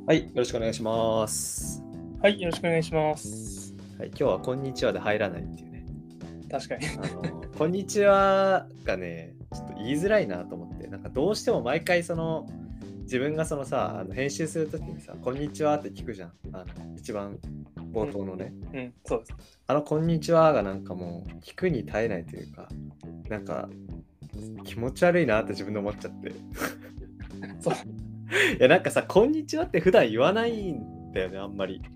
はい、よろしくお願いします。 はい、よろしくお願いします。 はい、今日はこんにちはで入らないっていうね。 確かに。 こんにちはがね、ちょっと言いづらいなと思って、なんかどうしても毎回自分が編集するときにさ、こんにちはって聞くじゃん。一番冒頭のね。 うん、そうです。 こんにちはがなんかもう聞くに耐えないというか、なんか気持ち悪いなって自分で思っちゃって。 そう。 いやなんかさ、こんにちはって普段言わないんだよね、あんまり。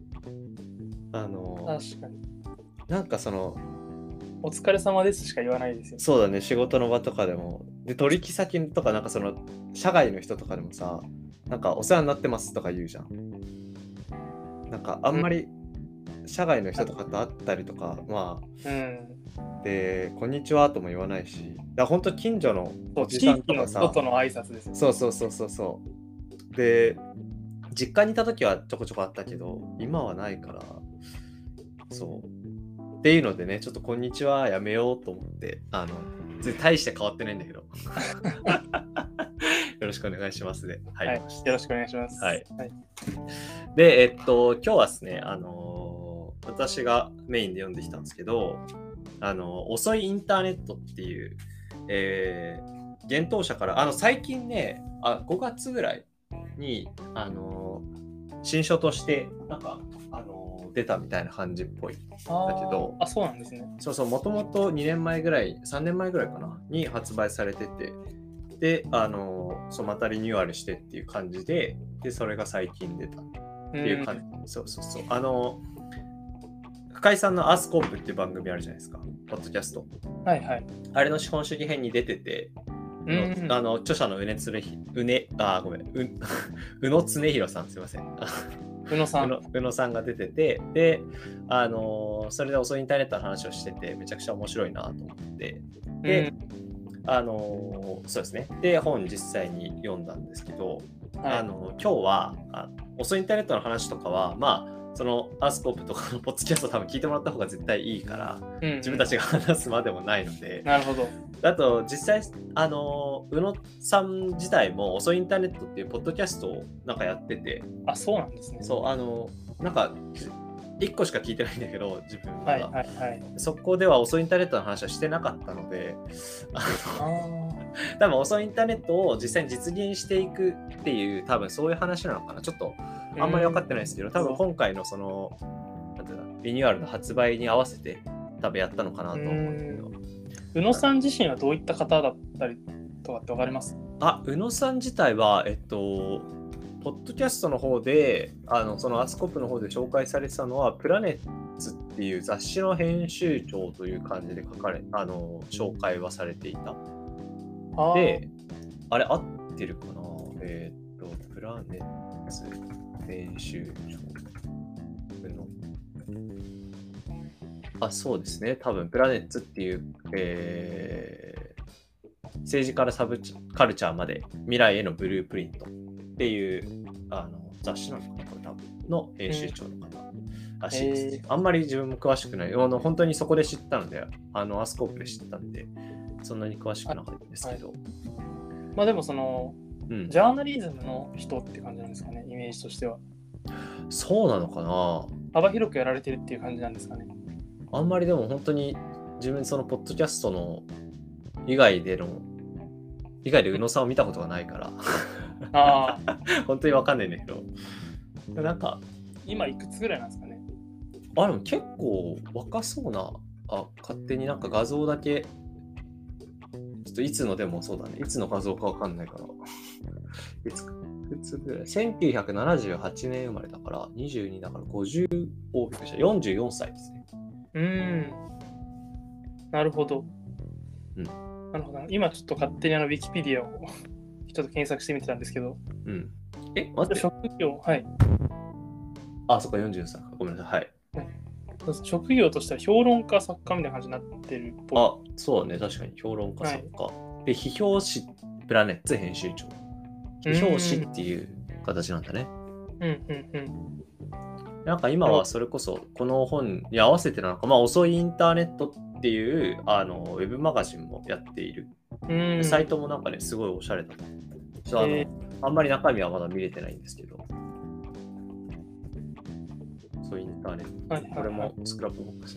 確かに。 なんかお疲れ様ですしか言わないですよね。 そうだね、仕事の場とかでも。で、取引先とか、社外の人とかでもさ、なんか、お世話になってますとか言うじゃん。なんか、あんまり、社外の人とかと会ったりとか、 うん。 で、こんにちはとも言わないし、ほんと近所のそう、 おじさん地域のとかさ、 人との挨拶ですよね。 そう。で、実家にいた時はちょこちょこあったけど、今はないから、そう。っていうのでね、ちょっとこんにちはやめようと思って、大して変わってないんだけど。よろしくお願いしますで、 はい、よろしくお願いします。 はい。 はい。 で、今日はですね、私がメインで読んできたんですけど、遅いインターネットっていう、幻冬舎から、最近ね、5月ぐらいに、新書として、出たみたいな感じっぽいんだけど、 そうなんですね。 そう、もともと2年前ぐらい、3年前ぐらいかな、に発売されてて、で、またリニューアルしてっていう感じで、それが最近出たっていう感じ。そう。深井さんのアスコープっていう番組あるじゃないですか、ポッドキャスト。 はいはい。 あれの資本主義編に出てて、著者の宇野常弘さん、すいません。 宇野さん。 宇野さんが出てて、で、それで遅いインターネットの話をしてて、めちゃくちゃ面白いなと思って、で、そうですね。で、本実際に読んだんですけど、 はい、 今日は遅いインターネットの話とかは、そのアスコープとかのポッドキャスト多分聞いてもらった方が絶対いいから、自分たちが話すまでもないので、 なるほど。 あと実際宇野さん自体も遅いインターネットっていうポッドキャストをなんかやってて、 そうなんですね。 そうなんか1個しか聞いてないんだけど、自分は、 はい。 そこでは遅いインターネットの話はしてなかったので、多分遅いインターネットを実際に実現していくっていう多分そういう話なのかな。ちょっとあんまり分かってないですけど、多分今回のリニューアルの発売に合わせて多分やったのかなと思うんだけど。 宇野さん自身はどういった方だったりとかって分かります？ 宇野さん自体はポッドキャストの方でそのアスコップの方で紹介されてたのはプラネッツっていう雑誌の編集長という感じで紹介はされていた。で、あれ合ってるかな？プラネッツ編集長のそうですね。多分プラネッツっていう、政治からサブカルチャーまで未来へのブループリントっていう雑誌なのかな、これ多分の編集長の方らしいですね。あんまり自分も詳しくない。本当にそこで知ったので、アスコープで知ったんで、そんなに詳しくなかったんですけど。 でもジャーナリズムの人って感じなんですかね、イメージとしては。 そうなのかな。 幅広くやられてるっていう感じなんですかね。 あんまりでも本当に自分そのポッドキャストの以外で宇野さんを見たことがないから本当にわかんないんだけど、なんか今いくつぐらいなんですかね。 でも結構若そうな、勝手になんか画像だけちょっといつのでもそうだね、いつの画像かわかんないからいつぐらい、1978年生まれだから22だから50をびっくりした、44歳ですね。 なるほど。なるほど。今ちょっと勝手にウィキペディアをちょっと検索してみてたんですけど。 待って。 職業、はい。 そっか、44歳か。ごめんなさい。はい。 職業としては評論家、作家みたいな感じになってるっぽい。そうね、確かに評論家、作家。で、批評誌プラネッツ編集長。批評誌っていう形なんだね。なんか今はそれこそこの本に合わせてなのか、遅いインターネットっていうウェブマガジンもやっている。サイトもなんかね、すごいおしゃれだった。あんまり中身はまだ見れてないんですけど。 遅いインターネット。 はいはいはいこれもスクラップボックス。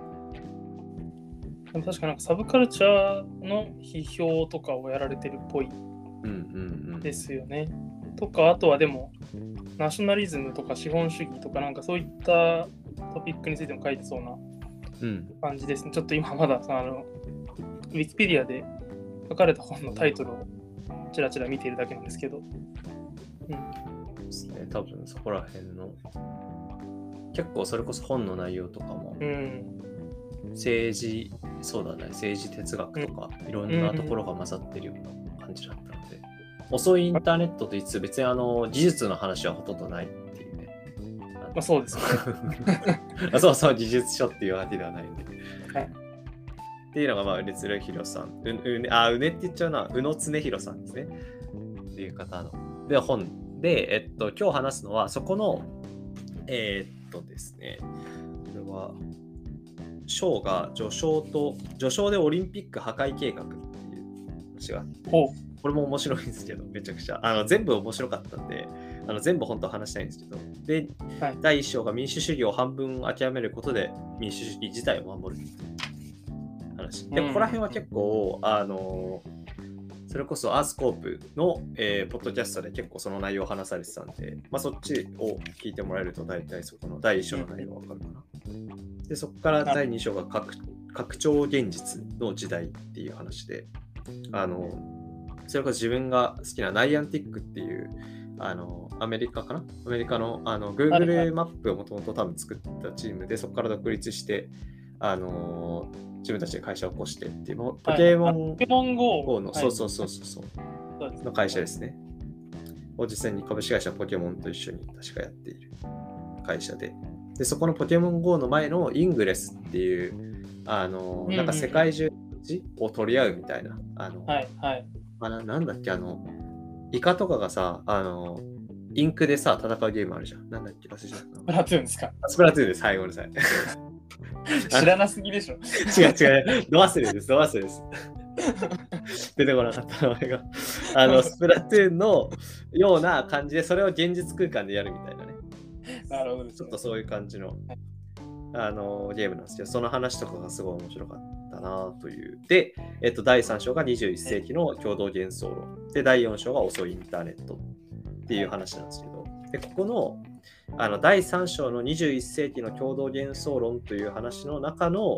でも確かなんかサブカルチャーの批評とかをやられてるっぽいですよね。とか、あとはでも、ナショナリズムとか資本主義とかなんかそういったトピックについても書いてそうな感じですね。ちょっと今まだウィキペディアで書かれた本のタイトルをちらちら見ているだけなんですけど。 ですね、多分そこら辺の結構それこそ本の内容とかも、政治、そうだね、政治哲学とか、いろんなところが混ざってるような感じだったので、遅いインターネットと言いつつ別に技術の話はほとんどないっていうね。 まあそうですね。 そうそう、技術書っていうわけではないんで。 はい、 っていうのが、宇根恒弘さん。うねって言っちゃうな、宇野恒弘さんですね。っていう方の。で、本で、今日話すのは、そこの、ですね、これは、章が序章でオリンピック破壊計画っていう話があって、これも面白いんですけど、めちゃくちゃ。全部面白かったんで、全部本当は話したいんですけど、で、第1章が民主主義を半分諦めることで民主主義自体を守る話。で、ここら辺は結構、それこそアースコープの、ポッドキャストで結構その内容を話されてたんで、そっちを聞いてもらえると大体そこの第1章の内容がわかるかな。で、そこから第2章が拡張現実の時代っていう話で、それこそ自分が好きなナイアンティックっていうアメリカかなアメリカのGoogle マップをもともと多分作ったチームで、そこから独立して自分たちで会社を起こしてっていうポケモン GO の、そうの会社ですね。を実際に株式会社ポケモンと一緒に確かやっている会社で、そこのポケモン GO の前のイングレスっていうなんか世界中を取り合うみたいななんだっけイカとかがさインクでさ戦うゲームあるじゃん。なんだっけ忘れちゃった。 スプラトゥーンですか？ スプラトゥーンです。はい、ごめんなさい。 知らなすぎでしょ。 違う。ド忘れです。出てこなかった名前が。スプラトゥーンのような感じで、それを現実空間でやるみたいなね。 なるほどですね。 ちょっとそういう感じの、ゲームなんですけど、その話とかがすごい面白かったなという。で、第3章が21世紀の共同幻想論。で、第4章が遅いインターネットっていう話なんですけど、で、ここの第3章の21世紀の共同幻想論という話の中の、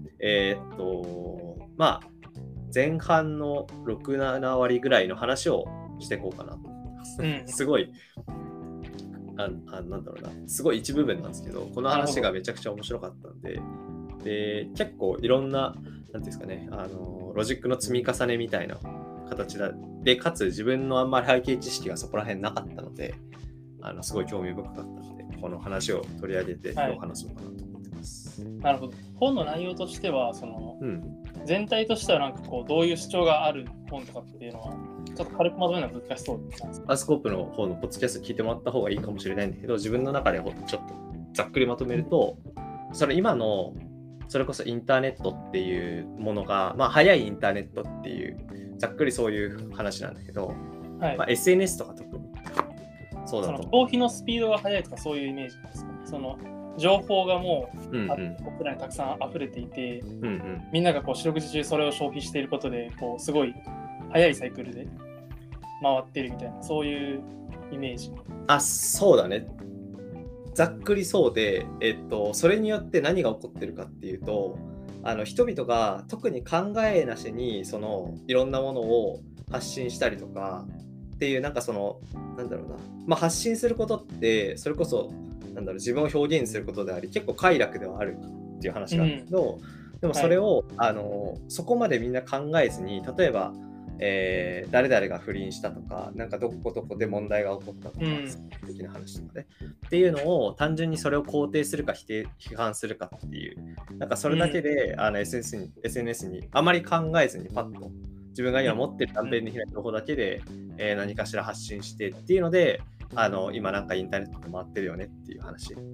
前半の6、7割ぐらいの話をしていこうかなと思います。すごい、なんだろうな、すごい一部分なんですけど、この話がめちゃくちゃ面白かったんで、結構いろんな、なんていうんですかね、ロジックの積み重ねみたいな形で、かつ自分のあんまり背景知識がそこら辺なかったので、すごい興味深かったので、この話を取り上げて今日話そうかなと思ってます。 なるほど。本の内容としては、全体としてはなんかこうどういう主張がある本とかっていうのは、ちょっと軽くまとめるのは難しそうなんですか？ アスコープの方のポッドキャスト聞いてもらった方がいいかもしれないんだけど、自分の中でちょっとざっくりまとめると、今のそれこそインターネットっていうものが、早いインターネットっていうざっくりそういう話なんだけど、SNS とか特にそうだと思う。 消費のスピードが速いとかそういうイメージですかね。情報がもう僕らにたくさん溢れていて、みんながこう四六時中それを消費していることでこうすごい速いサイクルで回ってるみたいな、そういうイメージ。 そうだね。ざっくりそうで、それによって何が起こってるかっていうと、人々が特に考えなしにいろんなものを発信したりとかっていう、なんだろうな、発信することってそれこそ自分を表現することであり、結構快楽ではあるっていう話なんですけど、でもそれを、そこまでみんな考えずに、例えば誰々が不倫したとか、なんかどこで問題が起こったとか、的な話とかね、っていうのを単純にそれを肯定するか批判するかっていう、なんかそれだけで、SNS にあまり考えずにパッと自分が今持ってる断片的な情報だけで、何かしら発信してっていうので、今なんかインターネットで回ってるよねっていう話が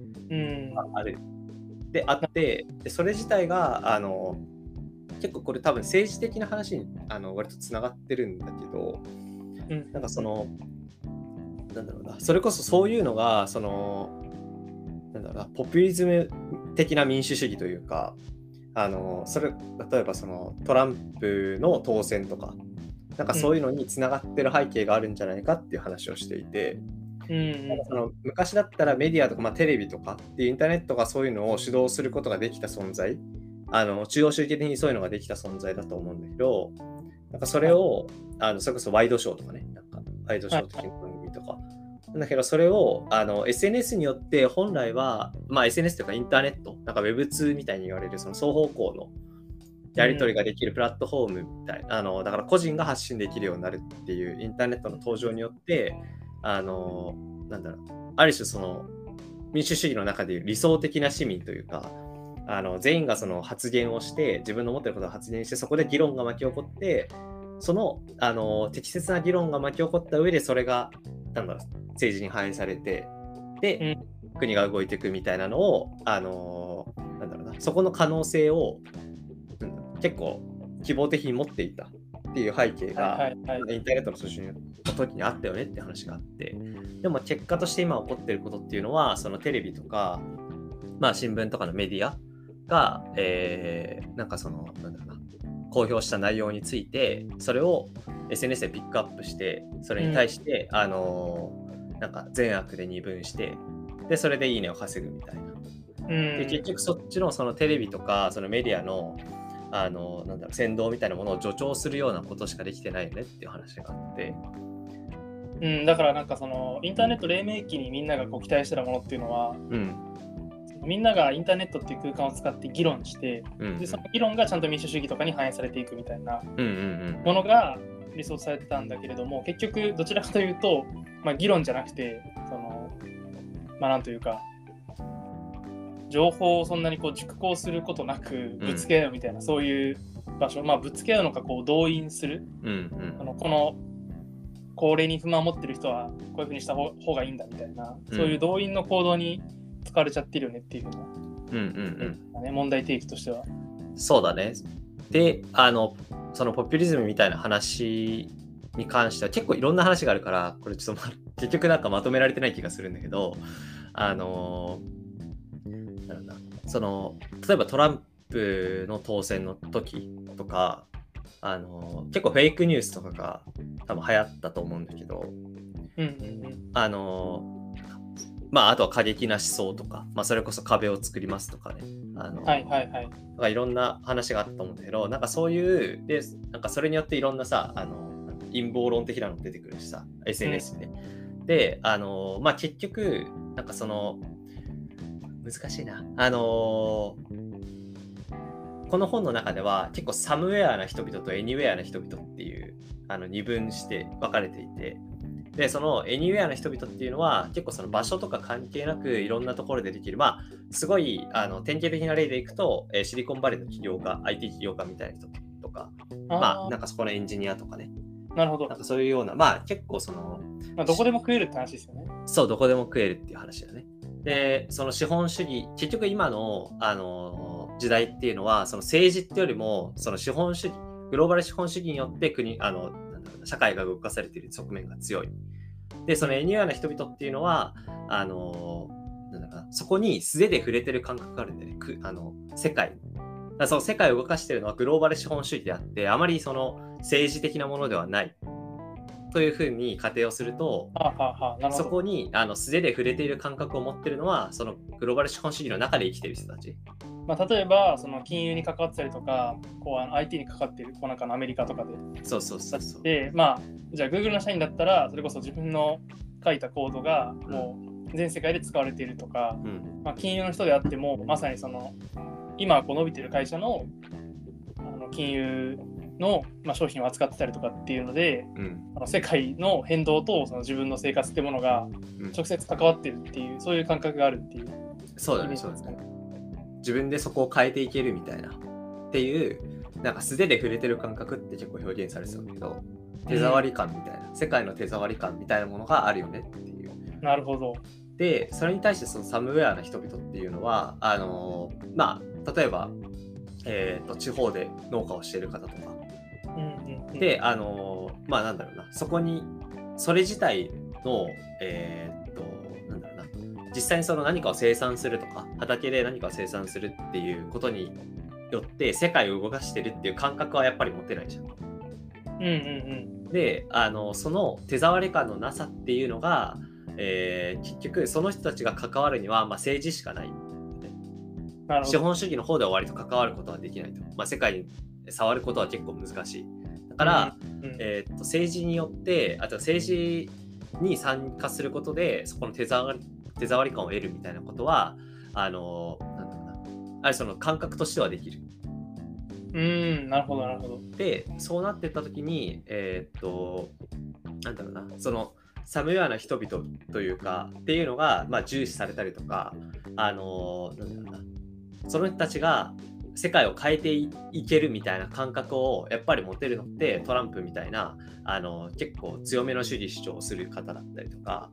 あって、でそれ自体が結構これ多分政治的な話に割とつながってるんだけど、なんかなんだろうな、それこそそういうのがなんだろうな、ポピュリズム的な民主主義というか、例えばそのトランプの当選とか、なんかそういうのにつながってる背景があるんじゃないかっていう話をしていて、その昔だったらメディアとか、テレビとかっていうインターネットがそういうのを主導することができた存在、中央集権的にそういうのができた存在だと思うんだけど、なんかそれを、それこそワイドショーとかね、なんかワイドショー的な番組とか、だけどそれをSNS によって本来は、SNS というかインターネット、なんか Web2 みたいに言われるその双方向のやり取りができるプラットフォームみたいな、だから個人が発信できるようになるっていうインターネットの登場によって、なんだろう、ある種その民主主義の中でいう理想的な市民というか、全員がその発言をして自分の思っていることを発言して、そこで議論が巻き起こって、その、適切な議論が巻き起こった上でそれが政治に反映されて、で、国が動いていくみたいなのを、そこの可能性を、結構希望的に持っていたっていう背景が、インターネットの推進の時にあったよねって話があって、でも結果として今起こっていることっていうのは、そのテレビとか、新聞とかのメディアが、なんかその公表した内容について、それを SNS でピックアップして、それに対して、なんか善悪で二分して、でそれでいいねを稼ぐみたいな。で結局そっちのそのテレビとかそのメディアの先導みたいなものを助長するようなことしかできてないよねっていう話があって。 だからなんかそのインターネット黎明期にみんながこう期待してたものっていうのは、みんながインターネットっていう空間を使って議論して、でその議論がちゃんと民主主義とかに反映されていくみたいなものが理想されてたんだけれども、結局どちらかというと、議論じゃなくて、そのなんというか情報をそんなにこう熟考することなくぶつけ合うみたいな、そういう場所、ぶつけ合うのかこう動員する、この法令に不満を持ってる人はこういうふうにした方がいいんだみたいな、そういう動員の行動に使われちゃってるよねっていうの問題提起としては。 そうだね。で、そのポピュリズムみたいな話に関しては結構いろんな話があるから、これちょっと結局なんかまとめられてない気がするんだけど、その例えばトランプの当選の時とか、結構フェイクニュースとかが多分流行ったと思うんだけど、あとは過激な思想とか、それこそ壁を作りますとかね、いろんな話があったと思うんだけど、なんかそういうで、なんかそれによっていろんなさ、陰謀論的なの出てくるしさ、SNS で、で、結局なんかその難しいな、この本の中では結構サムウェアな人々とエニウェアな人々っていう二分して分かれていて、でそのエニウェアな人々っていうのは結構その場所とか関係なくいろんなところでできる、すごい典型的な例でいくと、シリコンバレーの起業家、IT 起業家みたいな人とか、なんかそこのエンジニアとかね、 なるほど、 なんかそういうような、結構その、 どこでも食えるって話ですよね。 そう、どこでも食えるっていう話だね。でその資本主義、結局今の時代っていうのは、その政治ってよりもその資本主義、グローバル資本主義によって社会が動かされている側面が強い。でそのエニュアな人々っていうのはそこに素手で触れてる感覚があるんでね、世界その世界を動かしているのはグローバル資本主義であって、あまりその政治的なものではないというふうに仮定をすると、そこに素手で触れている感覚を持っているのはそのグローバル資本主義の中で生きている人たち。 例えばその金融に関わってたりとか、IT に関わっているなんかのアメリカとかで、 そうでじゃあ Google の社員だったらそれこそ自分の書いたコードがもう全世界で使われているとか、金融の人であってもまさにその今伸びている会社の金融の、商品を扱ってたりとかっていうので、世界の変動とその自分の生活ってものが直接関わってるっていう、そういう感覚があるっていう。 そうだね、そうですね。自分でそこを変えていけるみたいなっていう、なんか素手で触れてる感覚って結構表現されてたんだけど、手触り感みたいな、世界の手触り感みたいなものがあるよねっていう。 なるほど。 でそれに対してそのサムウェアな人々っていうのは例えば、地方で農家をしている方とか、でなんだろうな、そこにそれ自体の実際にその何かを生産するとか、畑で何かを生産するっていうことによって世界を動かしてるっていう感覚はやっぱり持てないじゃん。で、その手触り感のなさっていうのが、結局その人たちが関わるには、政治しかない。資本主義の方では割と関わることはできないと。世界に触ることは結構難しい。だから、政治によって、あと政治に参加することで、そこの手触り感を得るみたいなことは、なんだろうな、その感覚としてはできる。 なるほどなるほど。 で、そうなっていった時に、なんだろうな、そのサムウェアな人々というかっていうのが、重視されたりとか、なんだろうな、その人たちが世界を変えて いけるみたいな感覚をやっぱり持てるのってトランプみたいな結構強めの主義主張をする方だったりとか、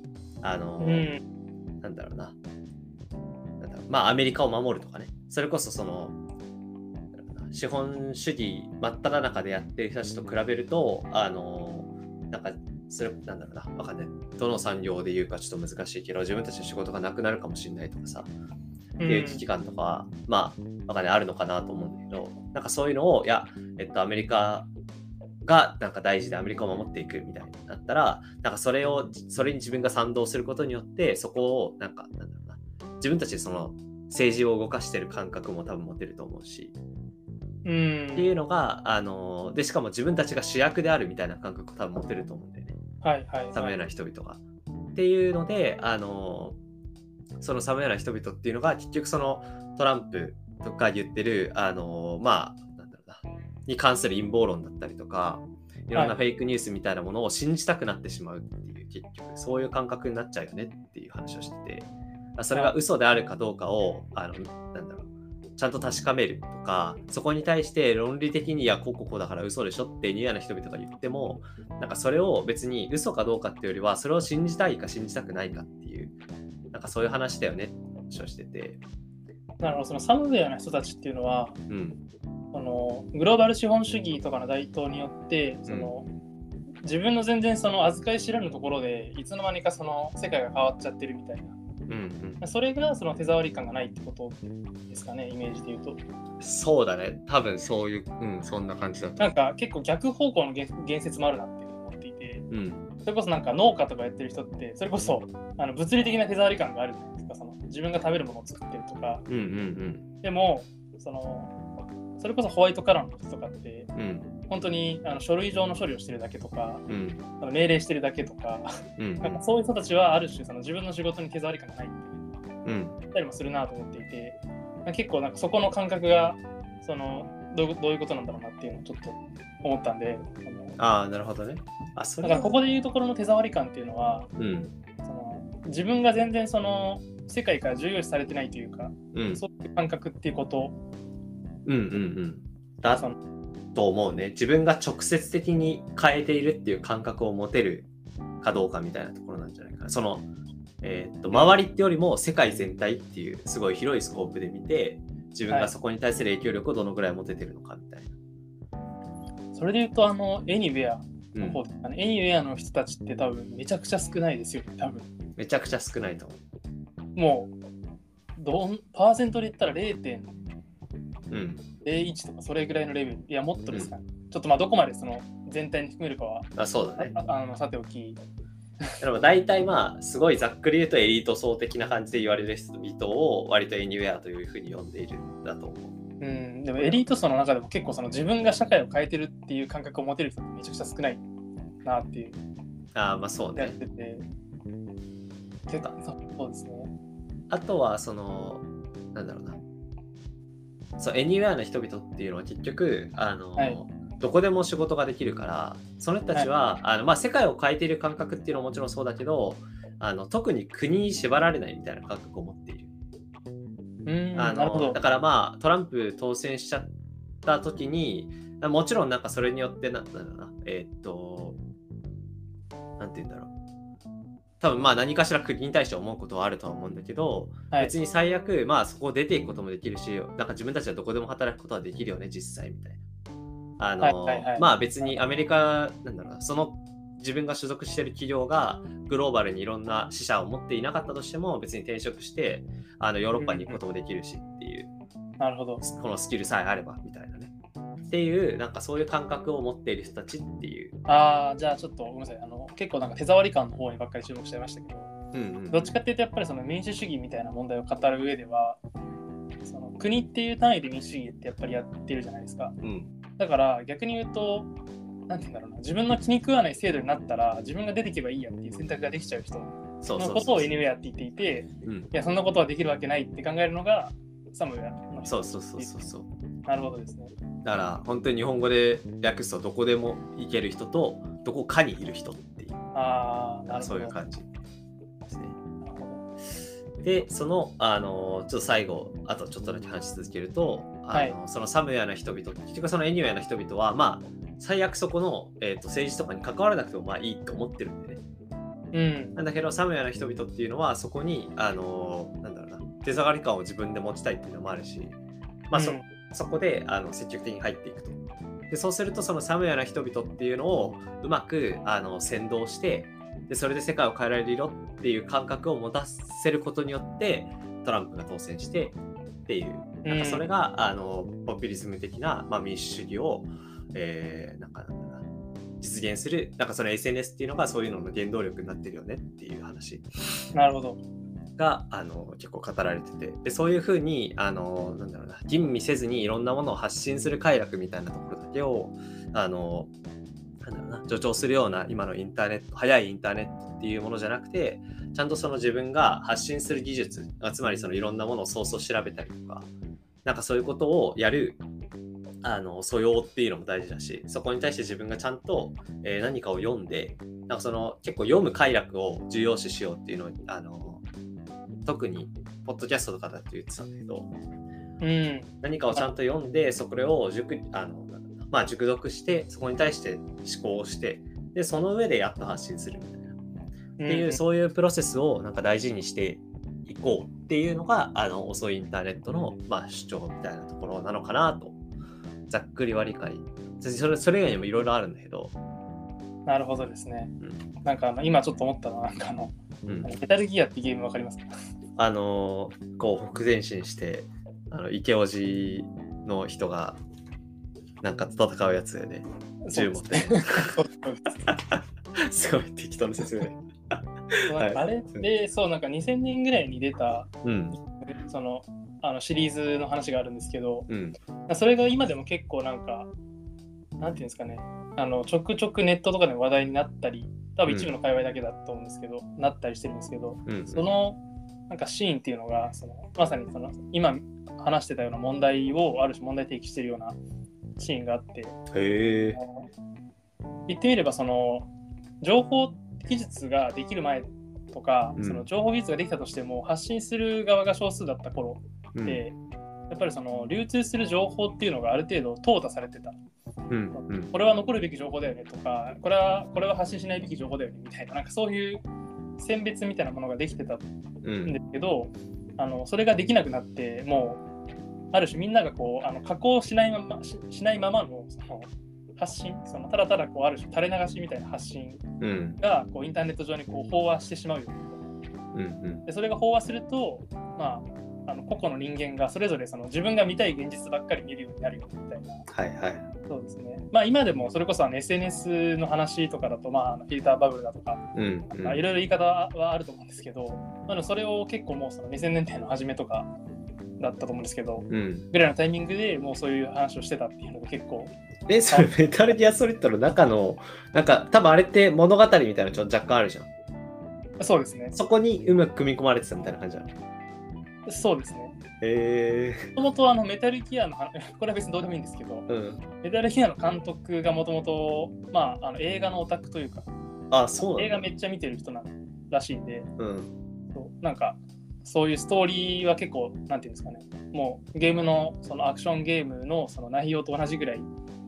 なんだろうな、アメリカを守るとかね、それこそその資本主義真っ只中でやってる人たちと比べるとなんかそれなんだろうな、わかんない、どの産業で言うかちょっと難しいけど、自分たちの仕事がなくなるかもしれないとかさ、っていう危機感とかはわかんない、あるのかなと思うんだけど、なんかそういうのをアメリカがなんか大事でアメリカを守っていくみたいになったら、なんかそれに自分が賛同することによってそこをなんだろうな、自分たちでその政治を動かしてる感覚も多分持てると思うし、っていうのがでしかも自分たちが主役であるみたいな感覚を多分持てると思うんだよね。サムエアな人々がっていうのでそのサムエアな人々っていうのが結局そのトランプとか言ってるなんだろうなに関する陰謀論だったりとか、いろんなフェイクニュースみたいなものを信じたくなってしまうっていう、結局そういう感覚になっちゃうよねっていう話をしてて、それが嘘であるかどうかをなんだろう、ちゃんと確かめるとか、そこに対して論理的にこうだから嘘でしょってニューアな人々が言っても、なんかそれを別に嘘かどうかっていうよりは、それを信じたいか信じたくないかっていう、なんかそういう話だよねって話をしてて。 なるほど。そのサムウェアな人たちっていうのは、そのグローバル資本主義とかの台頭によってその、自分の全然その預かり知らぬところでいつの間にかその世界が変わっちゃってるみたいな、それがその手触り感がないってことですかね、イメージで言うと。 そうだね、多分そういう、そんな感じだと。 なんか結構逆方向の言説もあるなって思っていて、それこそなんか農家とかやってる人ってそれこそ物理的な手触り感があるじゃないですか。その自分が食べるものを作ってるとか、でもそれこそホワイトカラーの人とかって、本当に書類上の処理をしてるだけとか、命令してるだけとか、なんかそういう人たちはある種その自分の仕事に手触り感がないっていう言ったりもするなと思っていて、結構なんかそこの感覚がどういうことなんだろうなっていうのをちょっと思ったんで。 なるほどね。 だからここでいうところの手触り感っていうのは、自分が全然その世界から重要視されてないというか、そういう感覚っていうことだと思うね。自分が直接的に変えているっていう感覚を持てるかどうかみたいなところなんじゃないかな。その、周りってよりも世界全体っていうすごい広いスコープで見て、自分がそこに対する影響力をどのぐらい持ててるのかみたいな。 それで言うとエニウェアの方ですかね。エニウェアの人たちって多分めちゃくちゃ少ないですよね、多分。 めちゃくちゃ少ないと思う。もうパーセントで言ったら 0.01 とかそれぐらいのレベル。いや、もっとですかね。ちょっとどこまでその全体に含めるかはそうだね。 さておき。 でも大体すごいざっくり言うとエリート層的な感じで言われる人々を割とエニウェアというふうに呼んでいるんだと思う。 でもエリート層の中でも結構その自分が社会を変えてるっていう感覚を持てる人ってめちゃくちゃ少ないなっていう。 そうね。 やってて。そうですね。 あとはなんだろうな。エニウェアの人々っていうのは結局どこでも仕事ができるから、その人たちは、世界を変えている感覚っていうのはもちろんそうだけど、特に国に縛られないみたいな感覚を持っている。だからトランプ当選しちゃった時に、もちろんなんかそれによってなんて言うんだろう。多分何かしら国に対して思うことはあるとは思うんだけど、別に最悪そこを出ていくこともできるし、なんか自分たちはどこでも働くことはできるよね実際みたいな。別にアメリカその自分が所属している企業がグローバルにいろんな支社を持っていなかったとしても別に転職してヨーロッパに行くこともできるしっていう、 なるほど。 このスキルさえあればみたいなねっていうなんかそういう感覚を持っている人たちっていう。 じゃあちょっとごめんなさい、結構なんか手触り感の方にばっかり注目しちゃいましたけど、どっちかっていうとやっぱりその民主主義みたいな問題を語る上ではその国っていう単位で民主主義ってやっぱりやってるじゃないですか、だから逆に言うとなんて言うんだろうな、自分の気に食わない制度になったら自分が出てけばいいやっていう選択ができちゃう人のことを Anywhere って言っていて、いやそんなことはできるわけないって考えるのがサムウェアの人。 そう。 なるほどですね。 だから本当に日本語で訳すとどこでも行ける人とどこかにいる人っていう、 なるほど、 そういう感じですね。でそのちょっと最後あとちょっとだけ話し続けると、そのサムウェアの人々、結局そのエニウェアの人々はまあ最悪そこの、政治とかに関わらなくてもまあいいと思ってるんでね。なんだけどサムウェアの人々っていうのはそこになんだろうな、手触り感を自分で持ちたいっていうのもあるし、まあそこで積極的に入っていくと。でそうするとそのサムウェアの人々っていうのをうまく先導して、でそれで世界を変えられるよっていう感覚を持たせることによってトランプが当選してっていう、なんかそれがポピュリズム的な、まあ、民主主義を、なんだな、実現する、なんかその SNS っていうのがそういうのの原動力になってるよねっていう話。 なるほど。 が結構語られてて、でそういうふうになんだろうな、吟味せずにいろんなものを発信する快楽みたいなところだけをなんだろうな、助長するような今のインターネット、早いインターネットっていうものじゃなくて、ちゃんとその自分が発信する技術、つまりそのいろんなものをソースを調べたりとか、なんかそういうことをやる素養っていうのも大事だし、そこに対して自分がちゃんと、何かを読んで、なんかその結構読む快楽を重要視しようっていうのを特にポッドキャストとかだって言ってたんだけど、何かをちゃんと読んでそれを熟読してそこに対して思考をして、でその上でやっと発信するみたいな、っていうそういうプロセスをなんか大事にしていこうっていうのが遅いインターネットの、まあ、主張みたいなところなのかなと、ざっくりは理解。それ以外にもいろいろあるんだけど。 なるほどですね。なんか今ちょっと思ったのはなんかメタルギアってゲームわかりますか？ こう北前進してイケオジの人がなんか戦うやつでね、銃持ってすごい適当な説明あれでそうなんか2000年ぐらいに出た、そのシリーズの話があるんですけど、それが今でも結構なんかなんていうんですかね、ちょくちょくネットとかで話題になったり、多分一部の界隈だけだと思うんですけど、なったりしてるんですけど、そのなんかシーンっていうのがまさに今話してたような問題をある種問題提起してるようなシーンがあって、言ってみれば情報技術ができる前とか、その情報技術ができたとしても発信する側が少数だった頃って、やっぱり流通する情報っていうのがある程度淘汰されてた。これは残るべき情報だよねとか、これは発信しないべき情報だよねみたいな、なんかそういう選別みたいなものができてたんですけど、それができなくなって、もうある種みんながこう加工しないままの発信、ただただこうある種垂れ流しみたいな発信がこうインターネット上にこう飽和してしまうよね。でそれが飽和すると、まあ個々の人間がそれぞれ自分が見たい現実ばっかり見るようになるよみたいな。そうですね。まあ今でもそれこそSNS の話とかだと、フィルターバブルだとか、いろいろ言い方はあると思うんですけど、それを結構もう2000年代の初めとかだったと思うんですけど、ぐらいのタイミングでもうそういう話をしてたっていうのが結構。 それメタルギアソリッドの中のなんか多分あれって物語みたいなのちょっと若干あるじゃん。 そうですね。 そこにうまく組み込まれてたみたいな感じなの。 そうですね。もともとメタルギアのこれは別にどうでもいいんですけど、メタルギアの監督がもともと映画のオタクというか、映画めっちゃ見てる人らしいんで、なんかそういうストーリーは結構なんていうんですかね、もうゲームのアクションゲームの内容と同じぐらい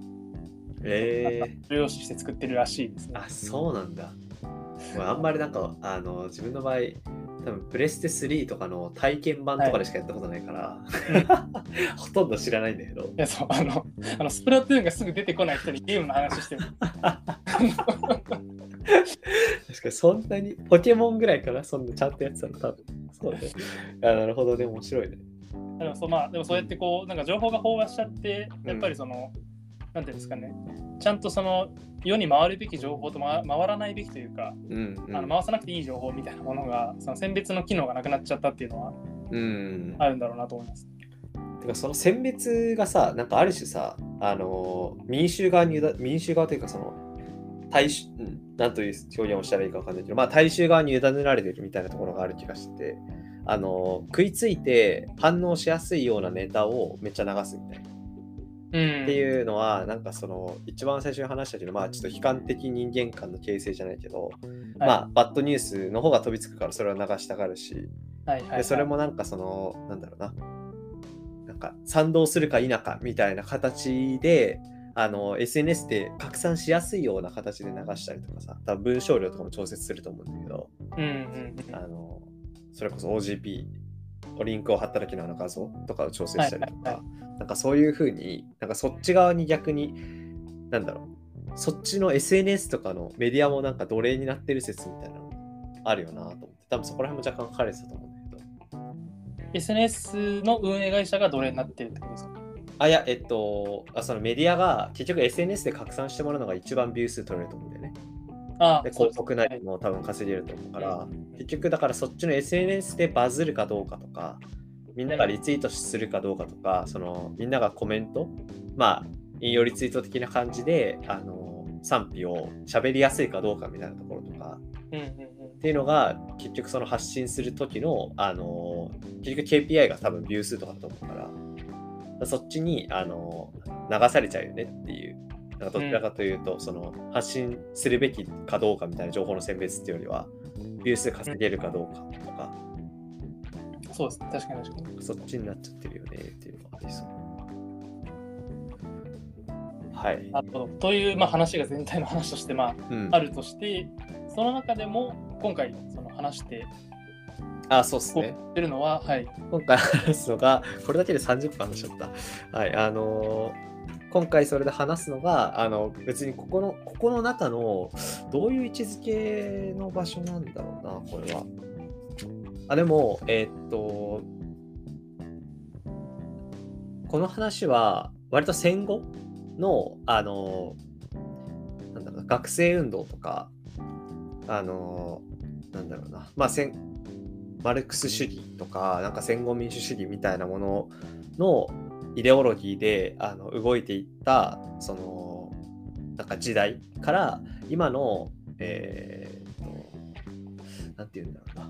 重要視して作ってるらしいですね。 そうなんだ。あんまりなんか自分の場合多分プレステ3とかの体験版とかでしかやったことないから、ほとんど知らないんだけど。いやそうスプラトゥーンがすぐ出てこない人にゲームの話してる。 確かにそんなに、ポケモンぐらいかな、そんなちゃんとやってたの、多分。そうね。なるほど、でも面白いね。 でもでもそうやってこう、なんか情報が飽和しちゃって、やっぱりその、なんていうんですかね、ちゃんとその世に回るべき情報と、回らないべきというか、回さなくていい情報みたいなものが、その選別の機能がなくなっちゃったっていうのは、あるんだろうなと思います。 てかその選別がさ、なんかある種さ、民衆側というか、その、なんという表現をしたらいいか分かんないけど、まあ大衆側に委ねられてるみたいなところがある気がしてて、食いついて反応しやすいようなネタをめっちゃ流すみたいな。っていうのは、なんかその一番最初に話したけど、まあちょっと悲観的人間観の形成じゃないけど、まあバッドニュースの方が飛びつくからそれを流したがるし、でそれもなんかその、なんだろうな、なんか賛同するか否かみたいな形で、SNS で拡散しやすいような形で流したりとかさ、多分文章量とかも調節すると思うんだけど、それこそ OGP、リンクを貼った時の画像とかを調整したりとか、なんかそういう風に、なんかそっち側に逆に、なんだろう、そっちの SNS とかのメディアもなんか奴隷になってる説みたいなのあるよなと思って、多分そこら辺も若干書かれてたと思うんだけど。 SNS の運営会社が奴隷になってるってことですか？ いや、そのメディアが結局 SNS で拡散してもらうのが一番ビュー数取れると思うんだよね。で広告内も多分稼げると思うから、結局だからそっちの SNS でバズるかどうかとか、みんながリツイートするかどうかとか、そのみんながコメント、まあ引用リツイート的な感じで賛否を喋りやすいかどうかみたいなところとか、っていうのが結局その発信する時の結局 KPI が多分ビュー数とかだと思うから、そっちに流されちゃうよねっていう。なんかどちらかというと、その発信するべきかどうかみたいな情報の選別っていうよりは、ビュー数稼げるかどうかとか、 そうですね、確かにそっちになっちゃってるよねっていうのがありそう。はい。 なるほど。という、話が全体の話として、あるとして、その中でも今回その話してそうですね。 てるのは、 今回話すのが、これだけで30分話しちゃった。はい。今回それで話すのが、別にここの中のどういう位置づけの場所なんだろうな、これは。でも、この話は割と戦後の、なんだろうな、学生運動とか、なんだろうな、マルクス主義とか、なんか戦後民主主義みたいなもののイデオロギーで動いていったそのなんか時代から今のなんていうんだろうな、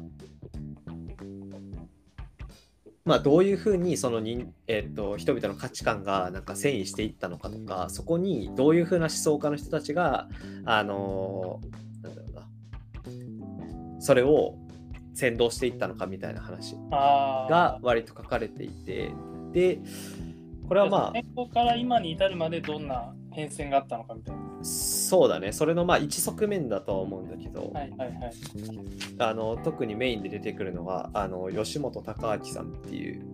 どういうふうにその人々の価値観がなんか遷移していったのかとか、そこにどういうふうな思想家の人たちがなんだろうな、それを先導していったのかみたいな話が割と書かれていて、でこれは戦後から今に至るまでどんな変遷があったのかみたいな。 そうだね、それの一側面だとは思うんだけど、特にメインで出てくるのが吉本隆明さんっていう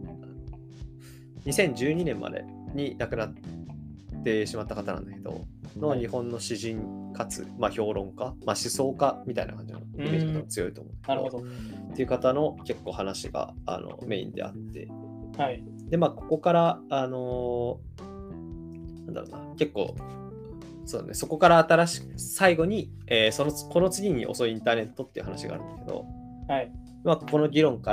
2012年までに亡くなってしまった方なんだけど、の日本の詩人かつ、評論家、思想家みたいな感じのイメージが強いと思う。 なるほど。 っていう方の結構話がメインであって、 はい、 でここからなんだろうな、結構そうだね、そこから最後に、この次に遅いインターネットっていう話があるんだけど、この議論から、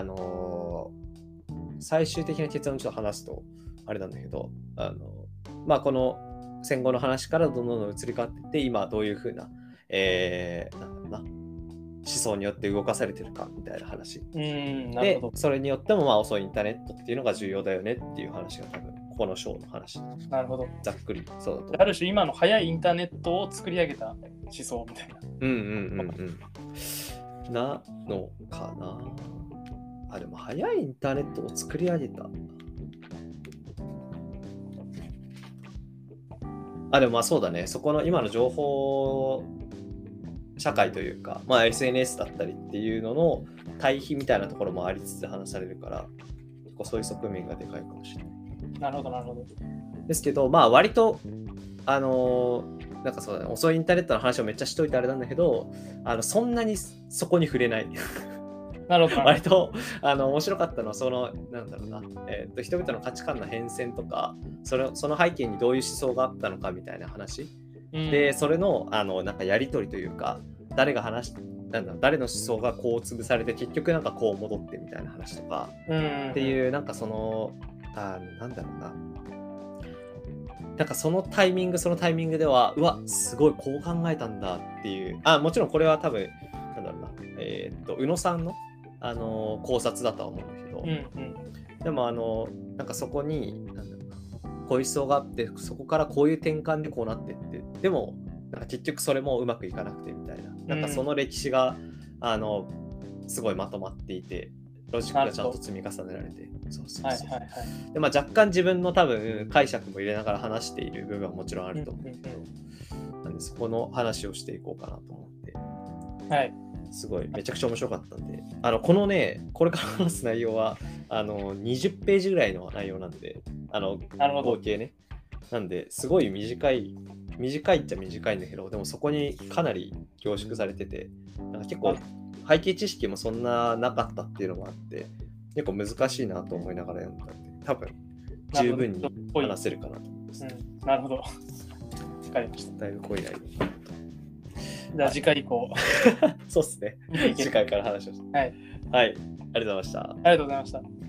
最終的な結論をちょっと話すとあれなんだけど、この戦後の話からどんどん移り変わっていって、今どういうふうな、なんだろうな、思想によって動かされてるかみたいな話。で、それによっても遅いインターネットっていうのが重要だよねっていう話が多分ここの章の話。 なるほど。 ざっくりそうだと。 ある種今の早いインターネットを作り上げた思想みたいな。 なのかな。でも早いインターネットを作り上げた。でもそうだね。そこの今の情報社会というか、SNS だったりっていうのの対比みたいなところもありつつ話されるから、結構そういう側面がでかいかもしれない。 なるほど、なるほど。 ですけど、割と、 なんかそうだね、遅いインターネットの話をめっちゃしといてあれなんだけど、そんなにそこに触れない。 なるほど。 割と面白かったのは、その、なんだろうな、人々の価値観の変遷とか、その背景にどういう思想があったのかみたいな話。で、それの、なんかやりとりというか、誰の思想がこう潰されて、結局なんかこう戻ってみたいな話とか、っていう、なんかその、なんだろうな。なんかそのタイミングでは、うわ、すごいこう考えたんだっていう、もちろんこれは多分、なんだろうな、宇野さんの、考察だとは思うんだけど、でもなんかそこに、なんだろうな、こういう思想があって、そこからこういう転換でこうなってって、でも、なんか結局それもうまくいかなくてみたいな、なんかその歴史が、すごいまとまっていて、ロジックがちゃんと積み重ねられて、で、まあ、若干自分の多分解釈も入れながら話している部分はもちろんあると思うんだけど、なんでそこの話をしていこうかなと思って、すごいめちゃくちゃ面白かったんで、このね、これから話す内容は20ページぐらいの内容なんで、合計ね。なんですごい短いっちゃ短いんだけど、でもそこにかなり凝縮されてて、なんか結構背景知識もそんななかったっていうのもあって、結構難しいなと思いながら読んだんで、多分十分に話せるかなと思います。 なるほど。わかりました。 だいぶ濃い内容。 じゃあ次回以降。 そうっすね。次回から話をして。はい。ありがとうございました。 ありがとうございました。